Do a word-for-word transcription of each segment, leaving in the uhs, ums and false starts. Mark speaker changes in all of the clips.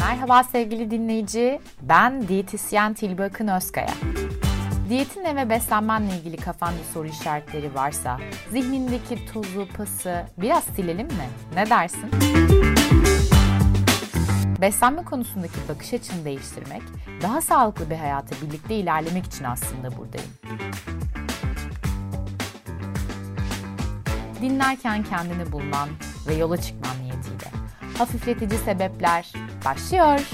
Speaker 1: Merhaba sevgili dinleyici, ben diyetisyen Tilbe Akın Özkaya. Diyetinle ve beslenmenle ilgili kafanda soru işaretleri varsa, zihnindeki tozu, pası biraz silelim mi? Ne dersin? Beslenme konusundaki bakış açını değiştirmek, daha sağlıklı bir hayata birlikte ilerlemek için aslında buradayım. Dinlerken kendini bulman ve yola çıkman niyetiyle. Hafifletici sebepler başlıyor.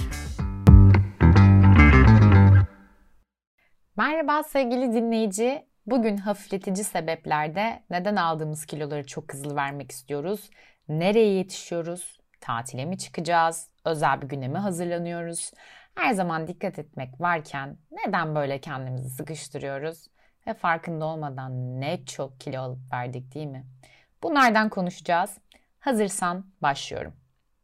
Speaker 1: Merhaba sevgili dinleyici. Bugün hafifletici sebeplerde neden aldığımız kiloları çok hızlı vermek istiyoruz? Nereye yetişiyoruz? Tatile mi çıkacağız? Özel bir güne mi hazırlanıyoruz? Her zaman dikkat etmek varken neden böyle kendimizi sıkıştırıyoruz? Ve farkında olmadan ne çok kilo alıp verdik, değil mi? Bunlardan konuşacağız. Hazırsan başlıyorum.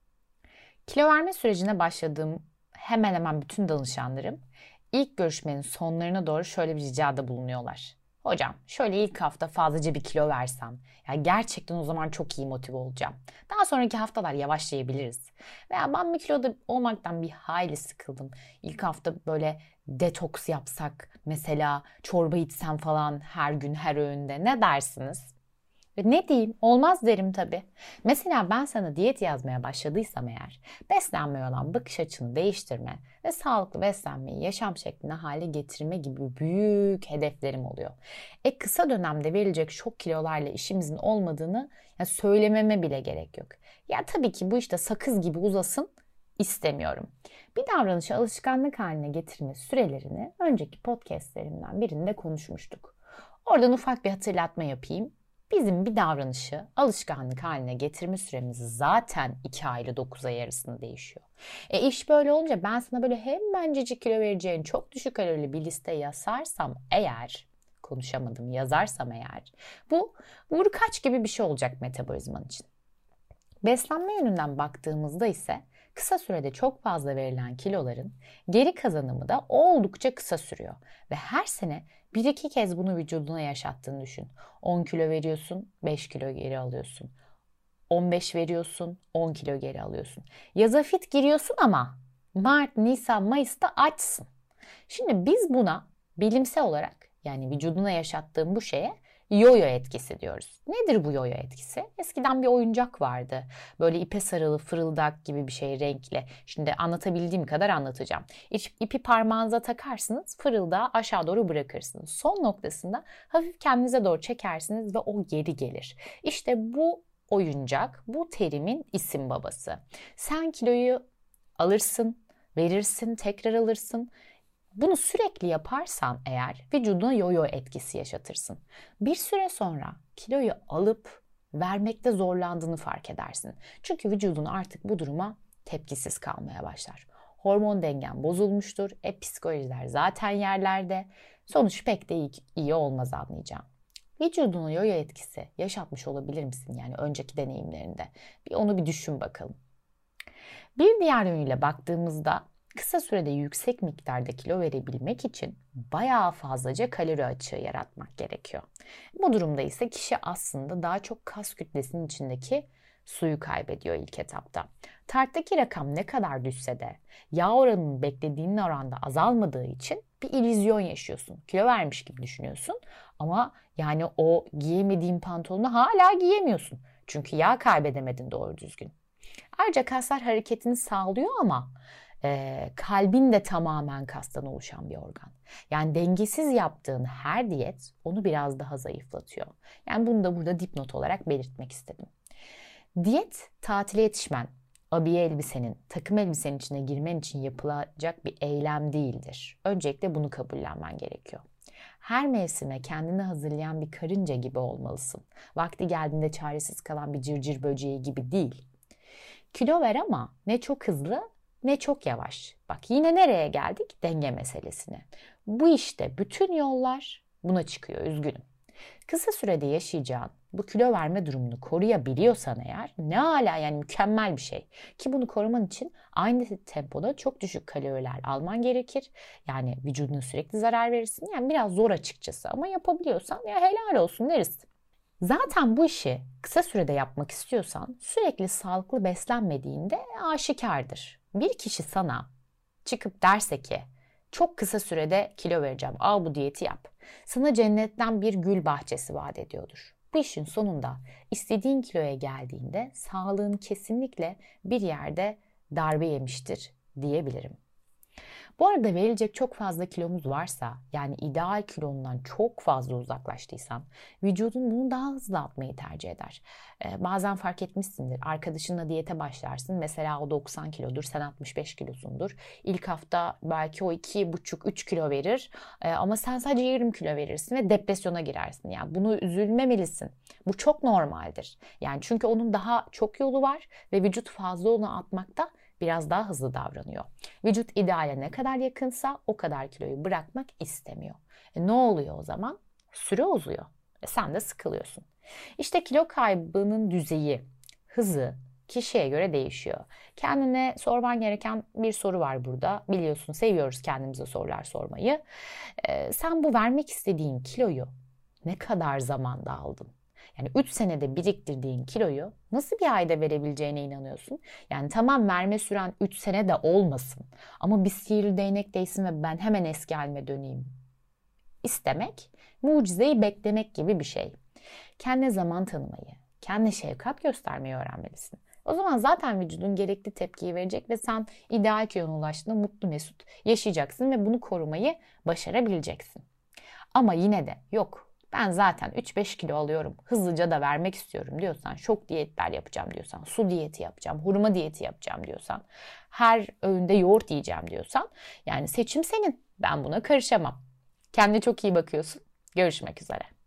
Speaker 1: Kilo verme sürecine başladığım hemen hemen bütün danışanlarım ilk görüşmenin sonlarına doğru şöyle bir ricada bulunuyorlar. Hocam şöyle ilk hafta fazlaca bir kilo versem, ya gerçekten o zaman çok iyi motive olacağım. Daha sonraki haftalar yavaşlayabiliriz. Veya ben bir kiloda olmaktan bir hayli sıkıldım. İlk hafta böyle detoks yapsak, mesela çorba içsem falan her gün her öğünde, ne dersiniz? Ve ne diyeyim? Olmaz derim tabii. Mesela ben sana diyet yazmaya başladıysam eğer, beslenmeye olan bakış açını değiştirme ve sağlıklı beslenmeyi yaşam şekline hale getirme gibi büyük hedeflerim oluyor. E kısa dönemde verilecek şok kilolarla işimizin olmadığını ya söylememe bile gerek yok. Ya tabii ki bu işte sakız gibi uzasın istemiyorum. Bir davranışı alışkanlık haline getirme sürelerini önceki podcastlerimden birinde konuşmuştuk. Oradan ufak bir hatırlatma yapayım. Bizim bir davranışı alışkanlık haline getirme süremiz zaten iki ay ile dokuz ay arasında değişiyor. E iş böyle olunca ben sana böyle hemencecik kilo vereceğin çok düşük kalorili bir liste yazarsam eğer, konuşamadım yazarsam eğer, bu vurkaç gibi bir şey olacak metabolizman için. Beslenme yönünden baktığımızda ise kısa sürede çok fazla verilen kiloların geri kazanımı da oldukça kısa sürüyor. Ve her sene bir iki kez bunu vücuduna yaşattığını düşün. on kilo veriyorsun, beş kilo geri alıyorsun. on beş veriyorsun, on kilo geri alıyorsun. Yaza fit giriyorsun ama Mart, Nisan, Mayıs'ta açsın. Şimdi biz buna bilimsel olarak, yani vücuduna yaşattığım bu şeye yo-yo etkisi diyoruz. Nedir bu yo-yo etkisi? Eskiden bir oyuncak vardı. Böyle ipe sarılı fırıldak gibi bir şey, renkli. Şimdi anlatabildiğim kadar anlatacağım. İpi parmağınıza takarsınız, fırıldağı aşağı doğru bırakırsınız. Son noktasında hafif kendinize doğru çekersiniz ve o geri gelir. İşte bu oyuncak, bu terimin isim babası. Sen kiloyu alırsın, verirsin, tekrar alırsın. Bunu sürekli yaparsan eğer vücuduna yo-yo etkisi yaşatırsın. Bir süre sonra kiloyu alıp vermekte zorlandığını fark edersin. Çünkü vücudun artık bu duruma tepkisiz kalmaya başlar. Hormon dengen bozulmuştur. E psikolojiler zaten yerlerde. Sonuç pek de iyi, iyi olmaz anlayacağım. Vücuduna yo-yo etkisi yaşatmış olabilir misin? Yani önceki deneyimlerinde. Bir onu bir düşün bakalım. Bir diğer yönüyle baktığımızda kısa sürede yüksek miktarda kilo verebilmek için bayağı fazlaca kalori açığı yaratmak gerekiyor. Bu durumda ise kişi aslında daha çok kas kütlesinin içindeki suyu kaybediyor ilk etapta. Tarttaki rakam ne kadar düşse de yağ oranının beklediğin oranda azalmadığı için bir illüzyon yaşıyorsun. Kilo vermiş gibi düşünüyorsun ama yani o giyemediğin pantolonu hala giyemiyorsun. Çünkü yağ kaybedemedin doğru düzgün. Ayrıca kaslar hareketini sağlıyor ama e, kalbin de tamamen kastan oluşan bir organ. Yani dengesiz yaptığın her diyet onu biraz daha zayıflatıyor. Yani bunu da burada dipnot olarak belirtmek istedim. Diyet tatile yetişmen, abiye elbisenin, takım elbisenin içine girmen için yapılacak bir eylem değildir. Öncelikle bunu kabullenmen gerekiyor. Her mevsime kendini hazırlayan bir karınca gibi olmalısın. Vakti geldiğinde çaresiz kalan bir cırcır böceği gibi değil. Kilo ver ama ne çok hızlı ne çok yavaş. Bak yine nereye geldik? Denge meselesine. Bu işte bütün yollar buna çıkıyor, üzgünüm. Kısa sürede yaşayacağın bu kilo verme durumunu koruyabiliyorsan eğer ne hala, yani mükemmel bir şey. Ki bunu koruman için aynı tempoda çok düşük kaloriler alman gerekir. Yani vücuduna sürekli zarar verirsin. Yani biraz zor açıkçası ama yapabiliyorsan ya helal olsun deriz. Zaten bu işi kısa sürede yapmak istiyorsan sürekli sağlıklı beslenmediğinde aşikardır. Bir kişi sana çıkıp derse ki çok kısa sürede kilo vereceğim, al bu diyeti yap. Sana cennetten bir gül bahçesi vaat ediyordur. Bu işin sonunda istediğin kiloya geldiğinde sağlığın kesinlikle bir yerde darbe yemiştir diyebilirim. Bu arada verilecek çok fazla kilomuz varsa, yani ideal kilondan çok fazla uzaklaştıysan, vücudun bunu daha hızlı atmayı tercih eder. Ee, bazen fark etmişsindir, arkadaşınla diyete başlarsın, mesela o doksan kilodur, sen altmış beş kilosundur. İlk hafta belki o iki buçuk üç kilo verir ee, ama sen sadece yirmi kilo verirsin ve depresyona girersin. Yani bunu üzülmemelisin. Bu çok normaldir. Yani çünkü onun daha çok yolu var ve vücut fazla onu atmakta biraz daha hızlı davranıyor. Vücut ideale ne kadar yakınsa o kadar kiloyu bırakmak istemiyor. E ne oluyor o zaman? Süre uzuyor. E sen de sıkılıyorsun. İşte kilo kaybının düzeyi, hızı kişiye göre değişiyor. Kendine sorman gereken bir soru var burada. Biliyorsun, seviyoruz kendimize sorular sormayı. E, sen bu vermek istediğin kiloyu ne kadar zamanda aldın? Yani üç senede biriktirdiğin kiloyu nasıl bir ayda verebileceğine inanıyorsun? Yani tamam, verme süren üç sene de olmasın. Ama bir sihirli değnek değsin ve ben hemen eski halime döneyim İstemek, mucizeyi beklemek gibi bir şey. Kendine zaman tanımayı, kendine şefkat göstermeyi öğrenmelisin. O zaman zaten vücudun gerekli tepkiyi verecek ve sen ideal kilona ulaştığında mutlu mesut yaşayacaksın ve bunu korumayı başarabileceksin. Ama yine de yok, ben zaten üç beş kilo alıyorum, hızlıca da vermek istiyorum diyorsan, şok diyetler yapacağım diyorsan, su diyeti yapacağım, hurma diyeti yapacağım diyorsan, her öğünde yoğurt yiyeceğim diyorsan, yani seçim senin. Ben buna karışamam. Kendine çok iyi bakıyorsun. Görüşmek üzere.